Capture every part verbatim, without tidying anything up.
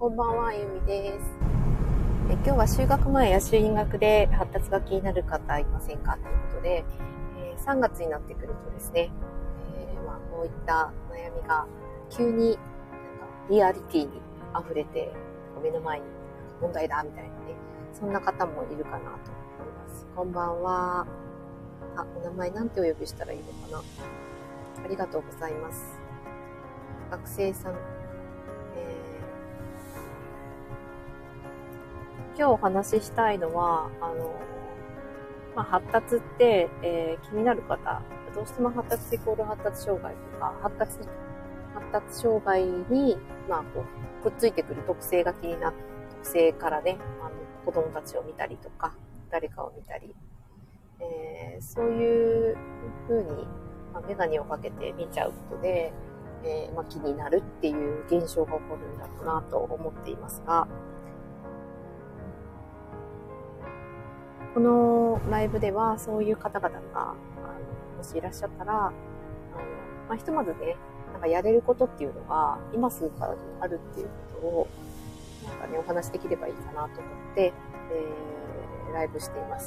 こんばんは、あゆみです。え今日は就学前や就院学で発達が気になる方いませんかということで、えー、さんがつになってくるとですね、えーまあ、こういった悩みが急になんかリアリティに溢れて目の前に問題だみたいなね、そんな方もいるかなと思います。こんばんは。あ、お名前なんてお呼びしたらいいのかな。ありがとうございます。学生さん、えー、今日お話ししたいのは、あの、まあ、発達って、えー、気になる方、どうしても発達イコール発達障害とか、発達、発達障害に、まあ、こう、くっついてくる特性が気になる、特性からね、あの、子供たちを見たりとか、誰かを見たり、えー、そういう風に、まあ、メガネをかけて見ちゃうことで、えーまあ、気になるっていう現象が起こるんだろうなと思っていますが、このライブではそういう方々があのもしいらっしゃったら、あの、まあ、ひとまずね、なんかやれることっていうのが今すぐからでもあるっていうことをなんかね、お話しできればいいかなと思って、えー、ライブしています。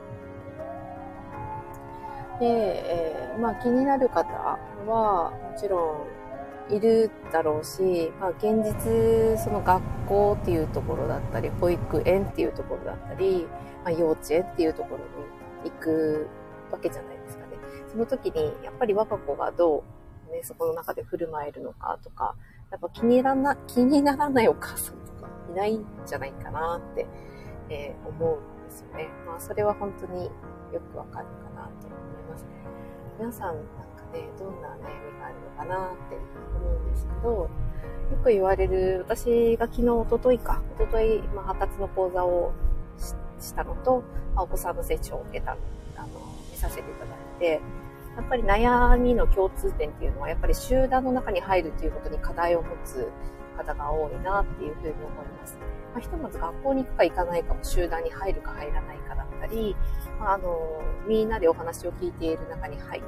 で、えー、まあ気になる方はもちろんいるだろうし、まあ現実、その学校っていうところだったり、保育園っていうところだったり、まあ幼稚園っていうところに行くわけじゃないですかね。その時にやっぱり我が子がどう、ね、そこの中で振る舞えるのかとか、やっぱ気にならな、気にならないお母さんとかいないんじゃないかなって、えー、思うんですよね。まあそれは本当によくわかるかなと思います。皆さんなんかね、どんな悩みがあるのかなって思うんですけど、よく言われる、私が昨日、おとといか、おととい、まあ、発達の講座を し, したのと、まあ、お子さんの成長を受けたの、あの、見させていただいて、やっぱり悩みの共通点っていうのは、やっぱり集団の中に入るということに課題を持つ方が多いなっていうふうに思います。まあ、ひとまず学校に行くか行かないかも、集団に入るか入らないかだったり、まあ、あの、みんなでお話を聞いている中に入って、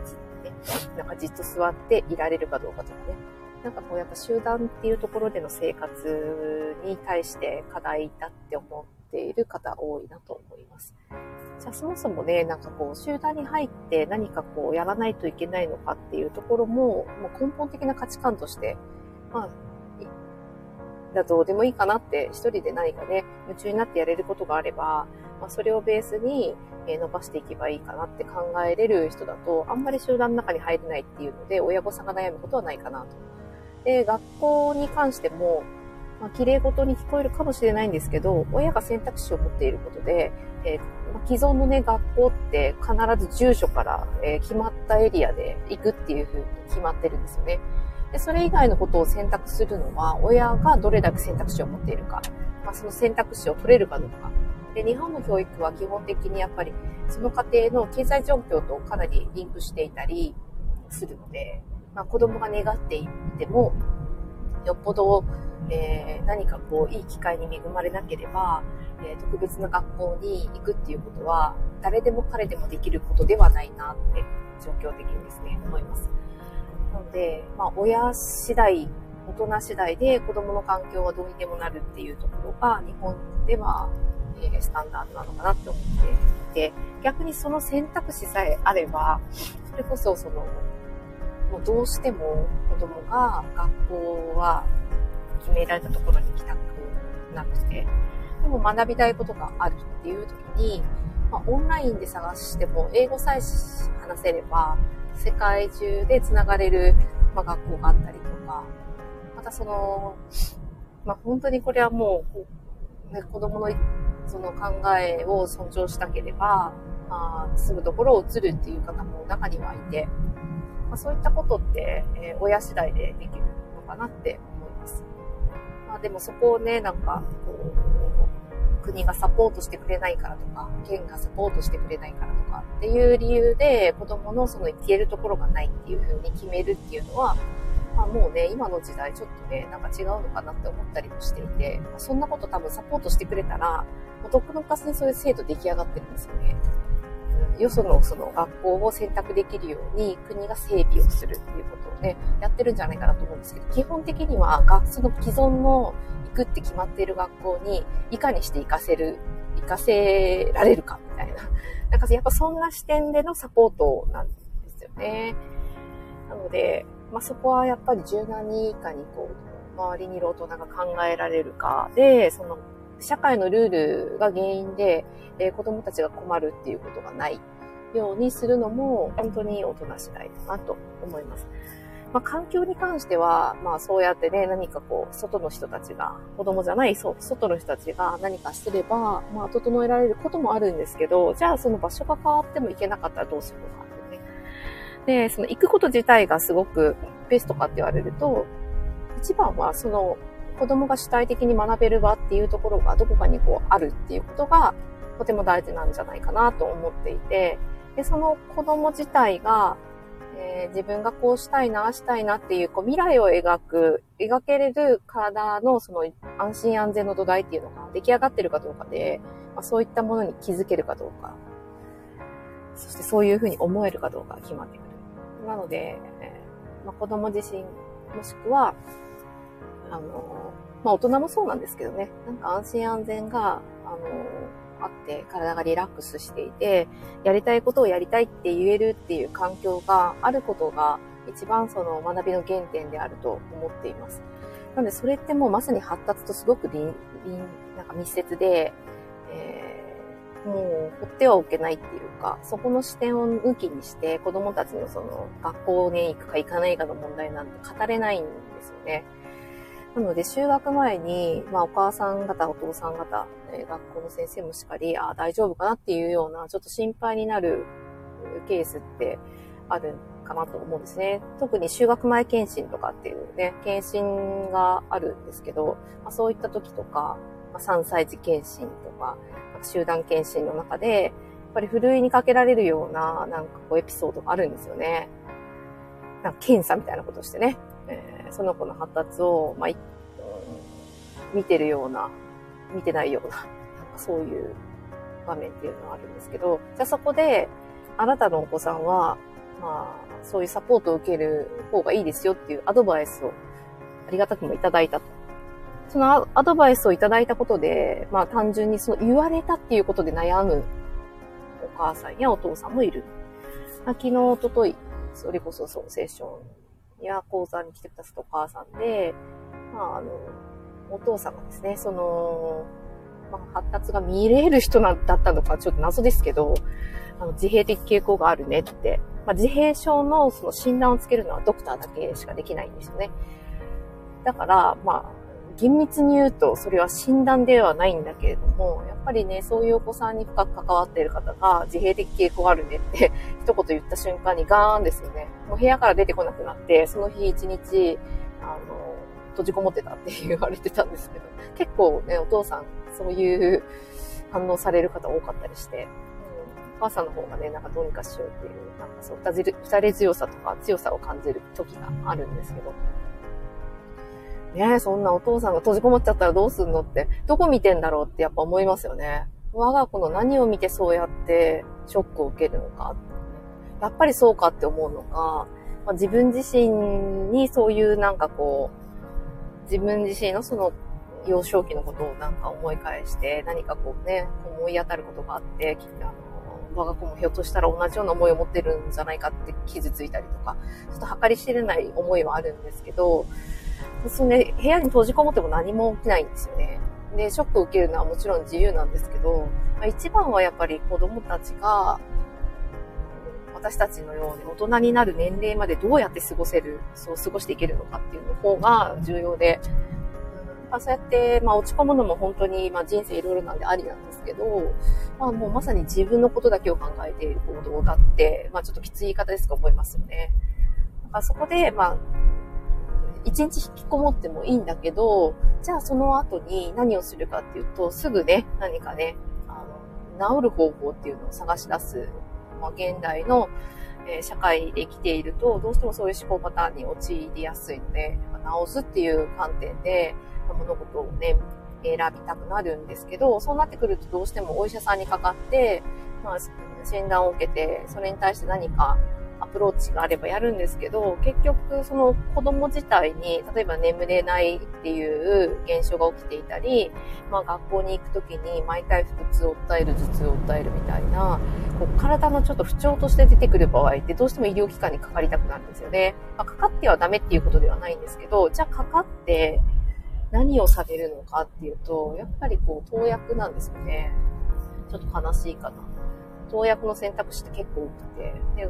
ね、なんかじっと座っていられるかどうかとかね、なんかこうやっぱ集団っていうところでの生活に対して課題だって思っている方多いなと思います。じゃあそもそもね、なんかこう集団に入って何かこうやらないといけないのかっていうところも、もう根本的な価値観として、まあ、どうでもいいかなって、一人で何かね、夢中になってやれることがあれば、まあ、それをベースに伸ばしていけばいいかなって考えれる人だと、あんまり集団の中に入れないっていうので、親御さんが悩むことはないかなと。で、学校に関しても、まあ、綺麗事に聞こえるかもしれないんですけど、親が選択肢を持っていることで、えーまあ、既存のね、学校って必ず住所から、えー、決まったエリアで行くっていう風に決まってるんですよね。で、それ以外のことを選択するのは、親がどれだけ選択肢を持っているか、まあ、その選択肢を取れるかどうか。で、日本の教育は基本的にやっぱり、その家庭の経済状況とかなりリンクしていたりするので、まあ、子供が願っていても、よっぽど、えー、何かこう、いい機会に恵まれなければ、えー、特別な学校に行くっていうことは、誰でも彼でもできることではないなって、状況的にですね、思います。なので、まあ、親次第、大人次第で子供の環境はどうにでもなるっていうところが、日本では、えー、スタンダードなのかなって思っていて、逆にその選択肢さえあれば、それこそその、もうどうしても子供が学校は決められたところに行きたくなくて、でも学びたいことがあるっていう時に、まあ、オンラインで探しても英語さえ話せれば世界中でつながれる、まあ、学校があったりとか、またその、まあ、本当にこれはもう、ね、子供のその考えを尊重したければ、まあ、住むところを移るっていう方も中にはいて、まあ、そういったことって、えー、親次第でできるのかなって思います。まあ、でもそこをね、なんかこう国がサポートしてくれないからとか、県がサポートしてくれないからとかっていう理由で子供のその行けるところがないっていう風に決めるっていうのは、まあ、もうね、今の時代ちょっとね、なんか違うのかなって思ったりもしていて、まあ、そんなこと多分サポートしてくれたら、もうとっくの昔にそういう制度出来上がってるんですよね。よそのその学校を選択できるように国が整備をするっていうことをね、やってるんじゃないかなと思うんですけど、基本的にはその既存のくって決まっている学校にいかにして行かせる、行かせられるかみたいな。なんかやっぱそんな視点でのサポートなんですよね。なので、まあ、そこはやっぱり柔軟にいかにこう、周りにいる大人が考えられるかで、その社会のルールが原因で、えー、子供たちが困るっていうことがないようにするのも本当に大人次第だなと思います。まあ、環境に関しては、まあそうやってね、何かこう、外の人たちが、子供じゃない、そう、外の人たちが何かすれば、まあ整えられることもあるんですけど、じゃあその場所が変わってもいけなかったらどうするのかってね。で、その行くこと自体がすごくベストかって言われると、一番はその子供が主体的に学べる場っていうところがどこかにこうあるっていうことがとても大事なんじゃないかなと思っていて、で、その子供自体が、えー、自分がこうしたいな、ああしたいなっていう、こう未来を描く、描けれる体のその安心安全の土台っていうのが出来上がってるかどうかで、まあ、そういったものに気づけるかどうか、そしてそういうふうに思えるかどうかが決まってくる。なので、えーまあ、子供自身、もしくは、あの、まあ大人もそうなんですけどね、なんか安心安全が、あの、あって体がリラックスしていて、やりたいことをやりたいって言えるっていう環境があることが一番その学びの原点であると思っています。なのでそれってもうまさに発達とすごくりん、りん、なんか密接で、えー、もう放ってはおけないっていうか、そこの視点を抜きにして子供たちのその学校に行くか行かないかの問題なんて語れないんですよね。なので、就学前に、まあ、お母さん方、お父さん方、えー、学校の先生もしっかり、ああ、大丈夫かなっていうような、ちょっと心配になるケースってあるかなと思うんですね。特に就学前検診とかっていうね、検診があるんですけど、まあ、そういった時とか、まあ、さんさい児検診とか、集団検診の中で、やっぱりふるいにかけられるような、なんかこうエピソードがあるんですよね。なんか検査みたいなことをしてね。えー、その子の発達を、まあ、うん、見てるような、見てないような、なんかそういう場面っていうのがあるんですけど、じゃあそこで、あなたのお子さんは、まあ、そういうサポートを受ける方がいいですよっていうアドバイスをありがたくもいただいたと。そのアドバイスをいただいたことで、まあ単純にその言われたっていうことで悩むお母さんやお父さんもいる。昨日、おととい、それこそそう、セッションや講座に来てくださったお母さんで、まああの、お父さんがですね、その、まあ、発達が見れる人だったのかちょっと謎ですけど、あの自閉的傾向があるねって、まあ、自閉症のその診断をつけるのはドクターだけしかできないんですよね。だから、まあ、厳密に言うとそれは診断ではないんだけれども、やっぱりね、そういうお子さんに深く関わっている方が自閉的傾向があるねって一言言った瞬間にガーンですよね。もう部屋から出てこなくなって、その日一日、あの、閉じこもってたって言われてたんですけど、結構ね、お父さん、そういう反応される方多かったりして、うん、お母さんの方がね、なんかどうにかしようっていう、なんかそう、二人強さとか強さを感じる時があるんですけど、ねえ、そんなお父さんが閉じこもっちゃったらどうすんのって、どこ見てんだろうってやっぱ思いますよね。我が子の何を見てそうやってショックを受けるのか。やっぱりそうかって思うのか、まあ、自分自身にそういうなんかこう、自分自身のその幼少期のことをなんか思い返して、何かこうね、思い当たることがあって、あの、我が子もひょっとしたら同じような思いを持ってるんじゃないかって傷ついたりとか、ちょっと計り知れない思いはあるんですけど、そのね、部屋に閉じこもっても何も起きないんですよね。で、ショックを受けるのはもちろん自由なんですけど、まあ、一番はやっぱり子供たちが、私たちのように大人になる年齢までどうやって過ごせる、そう過ごしていけるのかっていうの方が重要で、うんまあ、そうやって、まあ、落ち込むのも本当に、まあ、人生いろいろなんでありなんですけど、まあ、もうまさに自分のことだけを考えている行動だって、まあ、ちょっときつい言い方ですが思いますよね。だからそこで、まあ、一日引きこもってもいいんだけど、じゃあその後に何をするかっていうと、すぐね、何かね、あの、治る方法っていうのを探し出す。まあ、現代の、えー、社会で生きていると、どうしてもそういう思考パターンに陥りやすいので、治すっていう観点で、物事をね、選びたくなるんですけど、そうなってくるとどうしてもお医者さんにかかって、まあ、診断を受けて、それに対して何か、 アプローチがあればやるんですけど、結局その子供自体に例えば眠れないっていう現象が起きていたり、まあ学校に行くときに毎回腹痛を訴える、頭痛を訴えるみたいな、こう体のちょっと不調として出てくる場合ってどうしても医療機関にかかりたくなるんですよね。まあ、かかってはダメっていうことではないんですけど、じゃあかかって何をされるのかっていうと、やっぱりこう投薬なんですよね。ちょっと悲しいかな。投薬の選択肢って結構多くて、で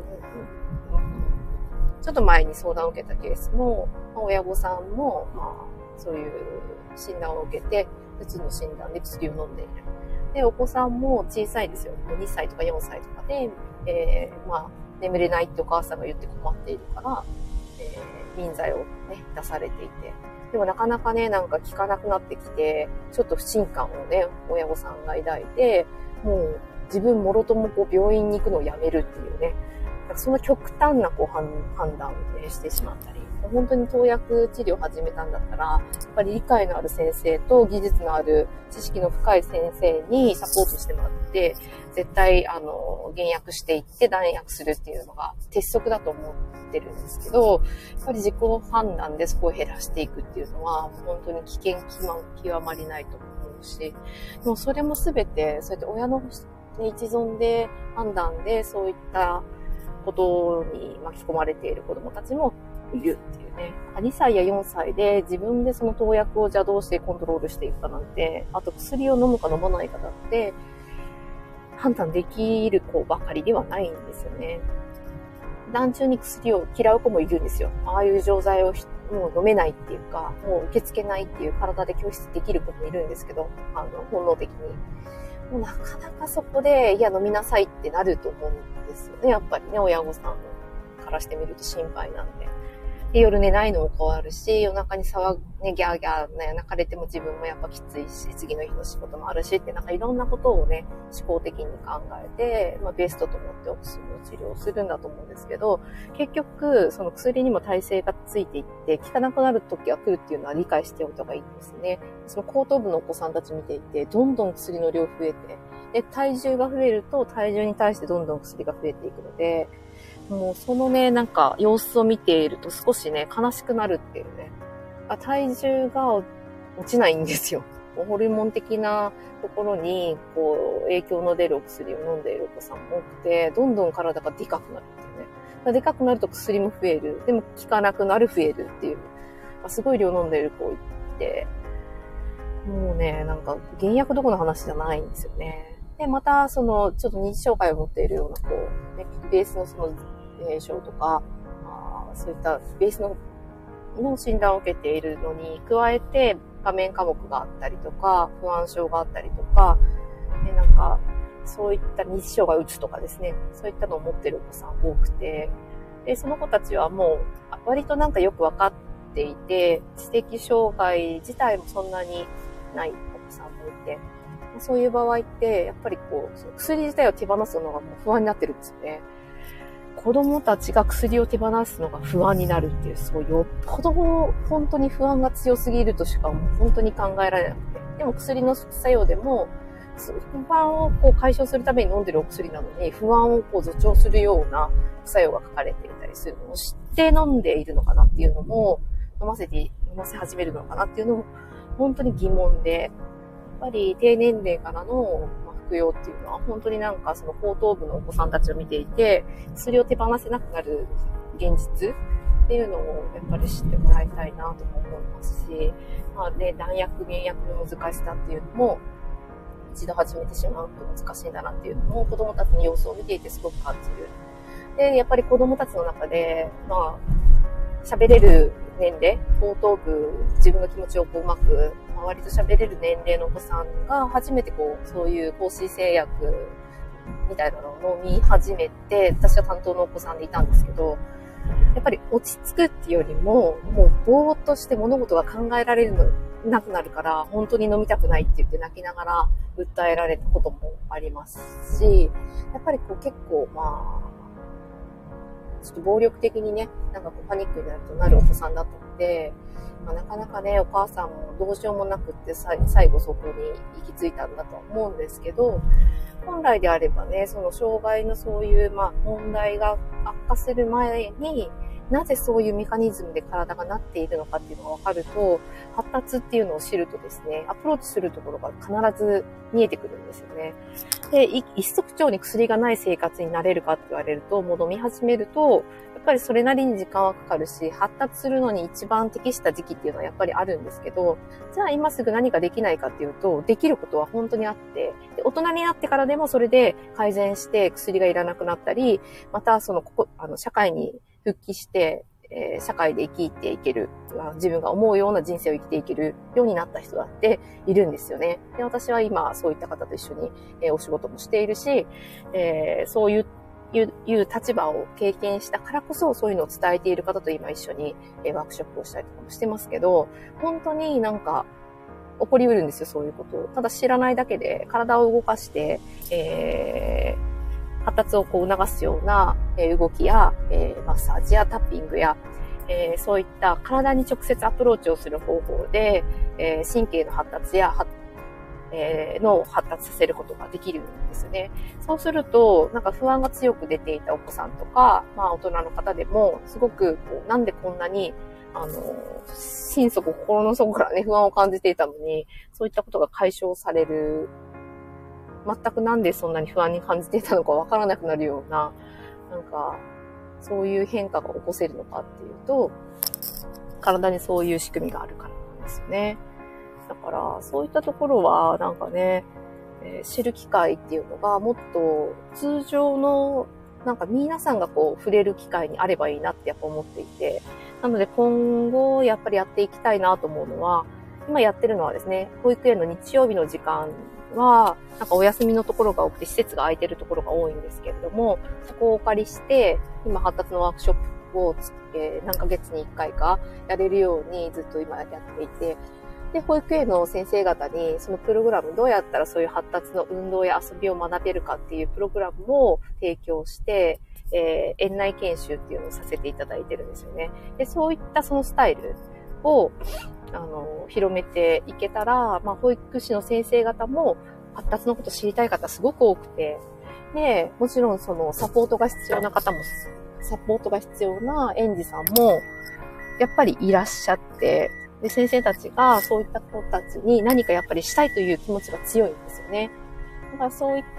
ちょっと前に相談を受けたケースも、まあ、親御さんも、まあ、そういう診断を受けて、うちの診断で薬を飲んでいる。で、お子さんも小さいですよ。にさいとかよんさいとかで、えー、まあ、眠れないってお母さんが言って困っているから、えー、臨剤をね、出されていて。でもなかなかね、なんか効かなくなってきて、ちょっと不信感をね、親御さんが抱いて、もう自分もろともこう病院に行くのをやめるっていうね、その極端なこう判断を、ね、してしまったり、本当に投薬治療を始めたんだったら、やっぱり理解のある先生と技術のある知識の深い先生にサポートしてもらって、絶対、あの、減薬していって断薬するっていうのが鉄則だと思ってるんですけど、やっぱり自己判断でそこを減らしていくっていうのは、本当に危険極まりないと思うし、でもそれもすべて、そうやって親の、ね、一存で判断でそういったことに巻き込まれている子どもたちもいるっていうね。にさいやよんさいで自分でその投薬をじゃあどうしてコントロールしていくかなんて、あと薬を飲むか飲まないかだって判断できる子ばかりではないんですよね。断中に薬を嫌う子もいるんですよ。ああいう錠剤をもう飲めないっていうか、もう受け付けないっていう体で拒否できる子もいるんですけど、あの本能的に。もうなかなかそこで、いや飲みなさいってなると思うんですよね。やっぱりね、親御さんからしてみると心配なんで。で夜寝ないのも変わるし、夜中に騒ぐ、ね、ギャーギャーね、泣かれても自分もやっぱきついし、次の日の仕事もあるしって、なんかいろんなことをね、思考的に考えて、まあベストと思ってお薬の治療をするんだと思うんですけど、結局、その薬にも耐性がついていって、効かなくなる時が来るっていうのは理解しておいた方がいいんですね。その後頭部のお子さんたち見ていて、どんどん薬の量増えて、で、体重が増えると体重に対してどんどん薬が増えていくので、もうそのね、なんか様子を見ていると少しね、悲しくなるっていうね。あ、体重が落ちないんですよ。ホルモン的なところに、こう、影響の出るお薬を飲んでいるお子さんも多くて、どんどん体がでかくなるっていうね。でかくなると薬も増える。でも効かなくなる、増えるっていう。すごい量飲んでいる子いて、もうね、なんか、減薬どころの話じゃないんですよね。で、また、その、ちょっと認知障害を持っているような、こう、ね、ベースのその、炎症とか、まあ、そういったベースの、の診断を受けているのに加えて、画面科目があったりとか、不安症があったりとか、ね、なんか、そういった認知障害を打つとかですね、そういったのを持っているお子さん多くて、で、その子たちはもう、割となんかよくわかっていて、知的障害自体もそんなにないお子さんもいて、そういう場合って、やっぱりこう、薬自体を手放すのがもう不安になってるんですよね。子供たちが薬を手放すのが不安になるっていう、そうよっぽど本当に不安が強すぎるとしかもう本当に考えられなくて。でも薬の作用でも、不安をこう解消するために飲んでるお薬なのに、不安をこう助長するような副作用が書かれていたりするのを知って飲んでいるのかなっていうのも、飲ませて、飲ませ始めるのかなっていうのも、本当に疑問で、やっぱり低年齢からの服用っていうのは本当になんかその後頭部のお子さんたちを見ていて、薬を手放せなくなる現実っていうのをやっぱり知ってもらいたいなとも思いますし、まあね、断薬、減薬の難しさっていうのも、一度始めてしまうと難しいんだなっていうのも子供たちの様子を見ていてすごく感じる。で、やっぱり子供たちの中で、まあ、喋れる年齢、後頭部、自分の気持ちをこううまく、割と喋れる年齢のお子さんが初めてこう、そういう抗水製薬みたいなのを飲み始めて、私は担当のお子さんでいたんですけど、やっぱり落ち着くっていうよりも、もうぼーっとして物事が考えられるのなくなるから、本当に飲みたくないって言って泣きながら訴えられたこともありますし、やっぱりこう結構まあ、ちょっと暴力的にね、なんかこうパニックになるとなるお子さんだとで、まあ、なかなかね、お母さんもどうしようもなくって最後そこに行き着いたんだと思うんですけど、本来であればね、その障害のそういう、まあ、問題が悪化する前に、なぜそういうメカニズムで体がなっているのかっていうのが分かると、発達っていうのを知るとですね、アプローチするところが必ず見えてくるんですよね。で、一足長に薬がない生活になれるかって言われると、もう飲み始めると、やっぱりそれなりに時間はかかるし、発達するのに一番適した時期っていうのはやっぱりあるんですけど、じゃあ今すぐ何ができないかっていうと、できることは本当にあって、で大人になってからでもそれで改善して薬がいらなくなったり、またその、ここ、あの、社会に復帰して、えー、社会で生きていける、自分が思うような人生を生きていけるようになった人だっているんですよね。で、私は今そういった方と一緒に、えー、お仕事もしているし、えー、そういういういう立場を経験したからこそそういうのを伝えている方と今一緒に、えー、ワークショップをしたりとかもしてますけど、本当になんか起こりうるんですよ、そういうことを。ただ知らないだけで体を動かして、えー発達をこう促すような動きや、えー、マッサージやタッピングや、えー、そういった体に直接アプローチをする方法で、えー、神経の発達や、えー、脳を発達させることができるんですよね。そうすると、なんか不安が強く出ていたお子さんとか、まあ大人の方でも、すごくこう、なんでこんなに、あの、心底心の底からね、不安を感じていたのに、そういったことが解消される。全くなんでそんなに不安に感じていたのかわからなくなるような、なんか、そういう変化が起こせるのかっていうと、体にそういう仕組みがあるからなんですよね。だから、そういったところは、なんかね、えー、知る機会っていうのがもっと通常の、なんか皆さんがこう触れる機会にあればいいなってやっぱ思っていて、なので今後やっぱりやっていきたいなと思うのは、今やってるのはですね、保育園の日曜日の時間は、なんかお休みのところが多くて施設が空いてるところが多いんですけれども、そこをお借りして、今発達のワークショップを、えー、何ヶ月にいっかいかやれるようにずっと今やっていて、で、保育園の先生方にそのプログラム、どうやったらそういう発達の運動や遊びを学べるかっていうプログラムを提供して、えー、園内研修っていうのをさせていただいてるんですよね。で、そういったそのスタイルを、あの、広めていけたら、まあ、保育士の先生方も発達のこと知りたい方すごく多くて、で、もちろんそのサポートが必要な方も、サポートが必要な園児さんも、やっぱりいらっしゃって、で、先生たちがそういった子たちに何かやっぱりしたいという気持ちが強いんですよね。だからそういった、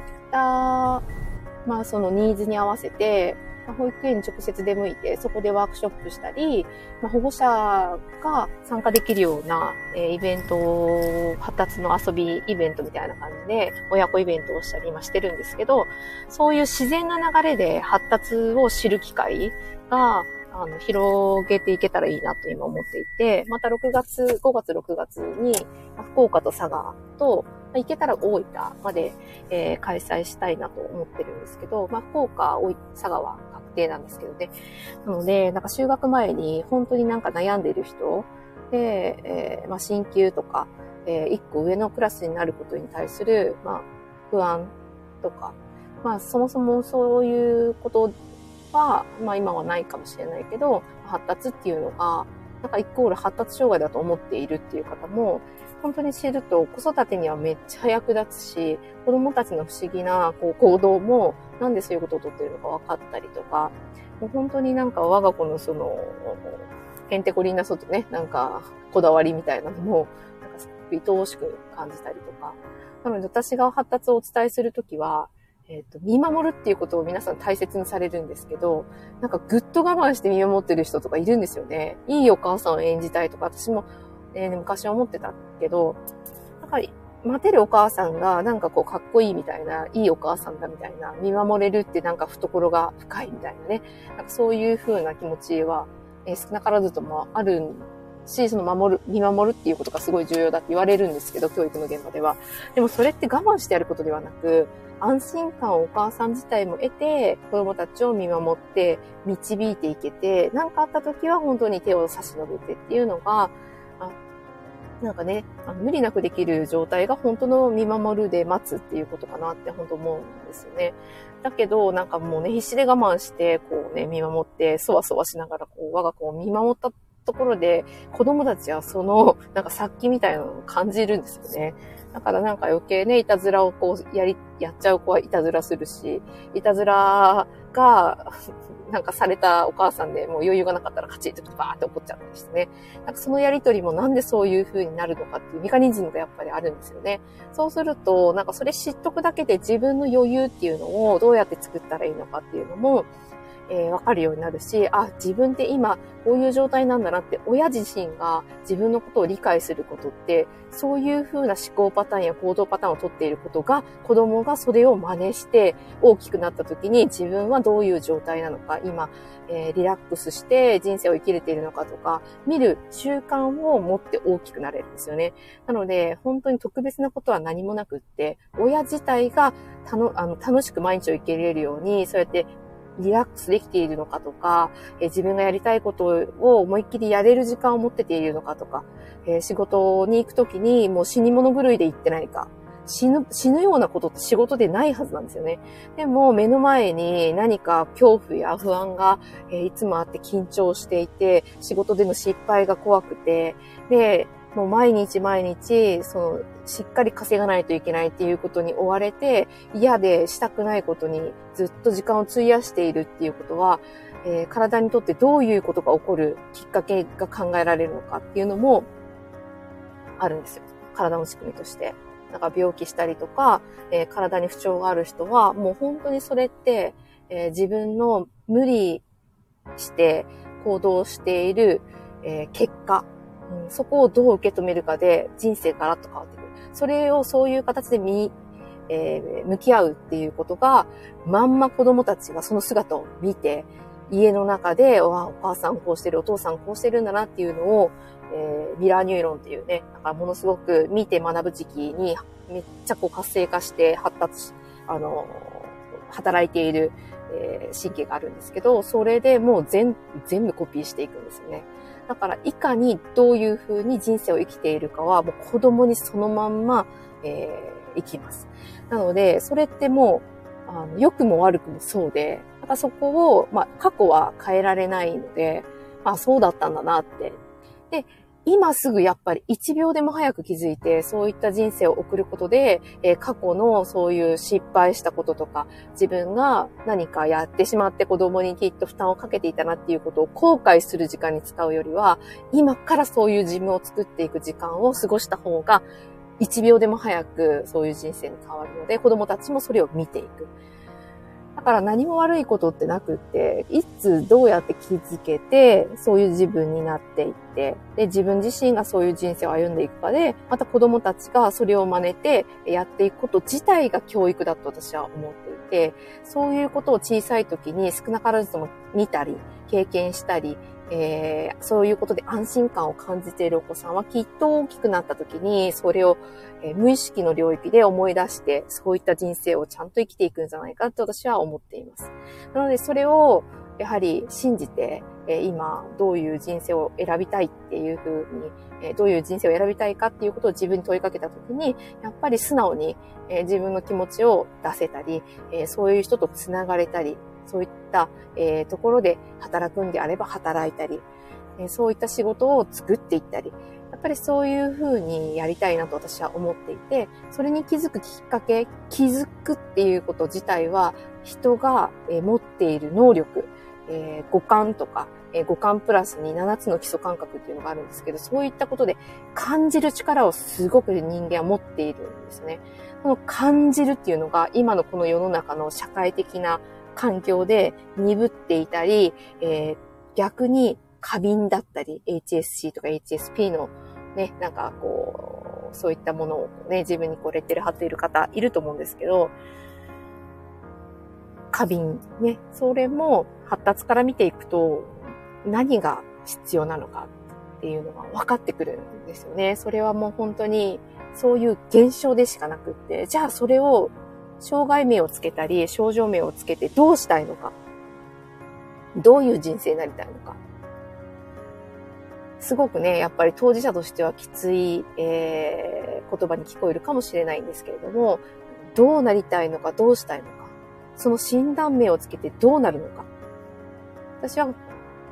まあそのニーズに合わせて、保育園に直接出向いて、そこでワークショップしたり、まあ、保護者が参加できるような、えー、イベント、発達の遊びイベントみたいな感じで、親子イベントをしたり今してるんですけど、そういう自然な流れで発達を知る機会が、あの、広げていけたらいいなと今思っていて、またろくがつ、ごがつろくがつに、福岡と佐賀と、行けたら大分まで、えー、開催したいなと思ってるんですけど、まあ、福岡、佐賀は確定なんですけどね。なので、なんか就学前に本当になんか悩んでいる人で、えー、まあ、進級とか、えー、一個上のクラスになることに対する、まあ、不安とか、まあ、そもそもそういうことは、まあ今はないかもしれないけど、発達っていうのが、なんかイコール発達障害だと思っているっていう方も、本当に知ると子育てにはめっちゃ役立つし、子供たちの不思議なこう行動もなんでそういうことをとっているのか分かったりとか、もう本当になんか我が子のその、へんてこりんな外ね、なんかこだわりみたいなのも、なんかすごく愛おしく感じたりとか。なので私が発達をお伝えするときは、えっと、見守るっていうことを皆さん大切にされるんですけど、なんかぐっと我慢して見守ってる人とかいるんですよね。いいお母さんを演じたいとか、私も、えー、昔は思ってたけど、なんか待てるお母さんがなんかこうかっこいいみたいな、いいお母さんだみたいな、見守れるってなんか懐が深いみたいなね。なんかそういう風な気持ちは、えー、少なからずともあるし、その守る、見守るっていうことがすごい重要だって言われるんですけど、教育の現場では。でもそれって我慢してやることではなく、安心感をお母さん自体も得て、子供たちを見守って導いていけて、何かあった時は本当に手を差し伸べてっていうのが、あなんかね、あの無理なくできる状態が本当の見守るで待つっていうことかなって本当思うんですよね。だけど、なんかもうね、必死で我慢して、こうね、見守って、そわそわしながら、こう、我が子を見守ったところで子供たちはそのなんか殺気みたいなのを感じるんですよね。だからなんか余計ね、いたずらをこうやり、やっちゃう子はいたずらするし、いたずらがなんかされたお母さんでもう余裕がなかったらカチッとバーって怒っちゃったりしてね。なんかそのやりとりもなんでそういう風になるのかっていうメカニズムがやっぱりあるんですよね。そうすると、なんかそれ知っとくだけで自分の余裕っていうのをどうやって作ったらいいのかっていうのも、えー、わかるようになるし、あ、自分って今こういう状態なんだなって親自身が自分のことを理解することって、そういう風な思考パターンや行動パターンをとっていることが、子供がそれを真似して大きくなった時に自分はどういう状態なのか、今、えー、リラックスして人生を生きれているのかとか、見る習慣を持って大きくなれるんですよね。なので、本当に特別なことは何もなくって、親自体がたのあの楽しく毎日を生きれるように、そうやってリラックスできているのかとか、えー、自分がやりたいことを思いっきりやれる時間を持ってているのかとか、えー、仕事に行くときにもう死に物狂いで行ってないか、死ぬ、死ぬようなことって仕事でないはずなんですよね。でも目の前に何か恐怖や不安が、えー、いつもあって緊張していて、仕事での失敗が怖くて、で、もう毎日毎日、その、しっかり稼がないといけないっていうことに追われて、嫌でしたくないことにずっと時間を費やしているっていうことは、えー、体にとってどういうことが起こるきっかけが考えられるのかっていうのもあるんですよ。体の仕組みとして。なんか病気したりとか、えー、体に不調がある人は、もう本当にそれって、えー、自分の無理して行動している、えー、結果、うん、そこをどう受け止めるかで人生ガラッと変わってくる。それをそういう形で見、えー、向き合うっていうことが、まんま子供たちがその姿を見て、家の中で、わあ、お母さんこうしてる、お父さんこうしてるんだなっていうのを、えー、ミラーニューロンっていうね、なんかものすごく見て学ぶ時期にめっちゃこう活性化して発達し、あの、働いている、えー、神経があるんですけど、それでもう全、全部コピーしていくんですよね。だから、いかにどういう風に人生を生きているかは、もう子供にそのまんま、えー、生きます。なので、それってもう、あの、良くも悪くもそうで、またそこを、まあ、過去は変えられないので、まあ、そうだったんだなって。で、今すぐやっぱり一秒でも早く気づいて、そういった人生を送ることで、えー、過去のそういう失敗したこととか、自分が何かやってしまって子供にきっと負担をかけていたなっていうことを後悔する時間に使うよりは、今からそういう自分を作っていく時間を過ごした方が、一秒でも早くそういう人生に変わるので、子供たちもそれを見ていく。だから何も悪いことってなくって、いつどうやって気づけて、そういう自分になっていって、で、自分自身がそういう人生を歩んでいくかで、また子供たちがそれを真似てやっていくこと自体が教育だと私は思っていて、そういうことを小さい時に少なからずとも見たり、経験したり、えー、そういうことで安心感を感じているお子さんはきっと大きくなった時にそれを、えー、無意識の領域で思い出してそういった人生をちゃんと生きていくんじゃないかって私は思っています。なのでそれをやはり信じて、えー、今どういう人生を選びたいっていうふうに、えー、どういう人生を選びたいかっていうことを自分に問いかけた時にやっぱり素直に、えー、自分の気持ちを出せたり、えー、そういう人とつながれたりそういった、えー、ところで働くんであれば働いたり、えー、そういった仕事を作っていったり、やっぱりそういうふうにやりたいなと私は思っていて、それに気づくきっかけ、気づくっていうこと自体は人が、えー、持っている能力、えー、五感とか、えー、五感プラスにななつの基礎感覚っていうのがあるんですけど、そういったことで感じる力をすごく人間は持っているんですね。この感じるっていうのが今のこの世の中の社会的な環境で鈍っていたり、えー、逆に過敏だったり、エイチエスシー とか エイチエスピー のね、なんかこう、そういったものをね、自分にこうレッテル貼っている方いると思うんですけど、過敏ね、それも発達から見ていくと何が必要なのかっていうのが分かってくるんですよね。それはもう本当にそういう現象でしかなくって、じゃあそれを障害名をつけたり、症状名をつけてどうしたいのか。どういう人生になりたいのか。すごくね、やっぱり当事者としてはきつい、えー、言葉に聞こえるかもしれないんですけれども、どうなりたいのか、どうしたいのか。その診断名をつけてどうなるのか。私は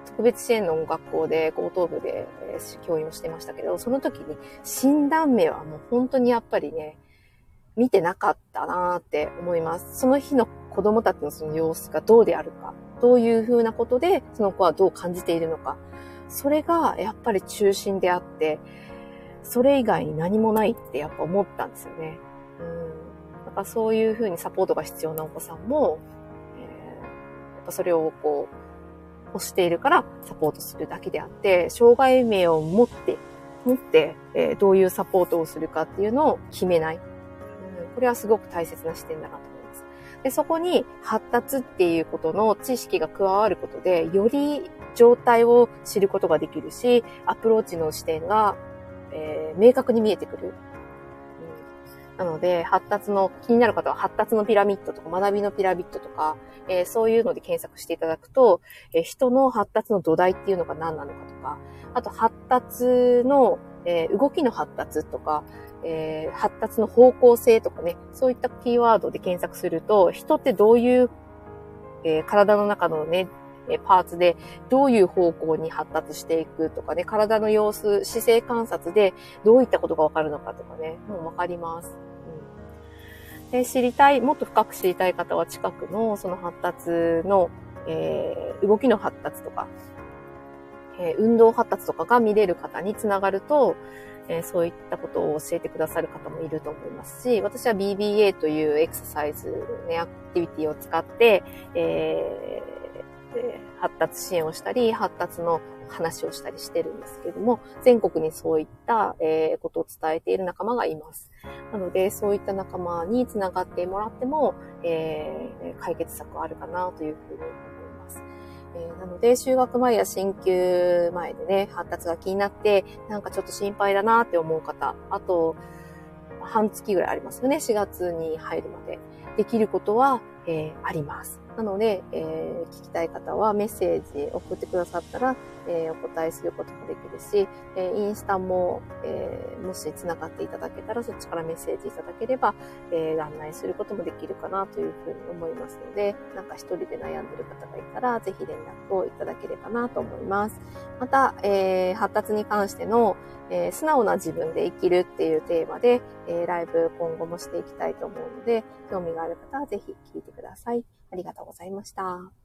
特別支援の学校で高等部で教員をしてましたけど、その時に診断名はもう本当にやっぱりね、見てなかったなーって思います。その日の子供たちのその様子がどうであるか、どういうふうなことでその子はどう感じているのか、それがやっぱり中心であって、それ以外に何もないってやっぱ思ったんですよね。うん。だからそういうふうにサポートが必要なお子さんも、えー、やっぱそれをこう、欲しているからサポートするだけであって、障害名を持って、持って、えー、どういうサポートをするかっていうのを決めない。うん、これはすごく大切な視点だなと思います。で、そこに発達っていうことの知識が加わることで、より状態を知ることができるし、アプローチの視点が、えー、明確に見えてくる。うん、なので、発達の、気になる方は発達のピラミッドとか学びのピラミッドとか、えー、そういうので検索していただくと、えー、人の発達の土台っていうのが何なのかとか、あと発達の、えー、動きの発達とか、えー、発達の方向性とかね、そういったキーワードで検索すると、人ってどういう、えー、体の中のね、パーツでどういう方向に発達していくとかね、体の様子、姿勢観察でどういったことがわかるのかとかね、もうわかります。うん、で、知りたい、もっと深く知りたい方は近くのその発達の、えー、動きの発達とか、えー、運動発達とかが見れる方につながると、えー、そういったことを教えてくださる方もいると思いますし、私は ビービーエー というエクササイズ、ね、アクティビティを使って、えー発達支援をしたり、発達の話をしたりしてるんですけれども、全国にそういった、えー、ことを伝えている仲間がいます。なので、そういった仲間につながってもらっても、えー、解決策はあるかなというふうに思います。えー、なので、就学前や進級前でね、発達が気になって、なんかちょっと心配だなって思う方、あと、半月ぐらいありますよね。しがつに入るまで。できることは、えー、あります。なので、えー、聞きたい方はメッセージ送ってくださったら、えー、お答えすることもできるし、えー、インスタも、えー、もし繋がっていただけたらそっちからメッセージいただければ、えー、案内することもできるかなというふうに思いますので、なんか一人で悩んでる方がいたら、ぜひ連絡をいただければなと思います。また、えー、発達に関しての、えー、素直な自分で生きるっていうテーマで、えー、ライブ今後もしていきたいと思うので、興味がある方はぜひ聞いてください。ありがとうございました。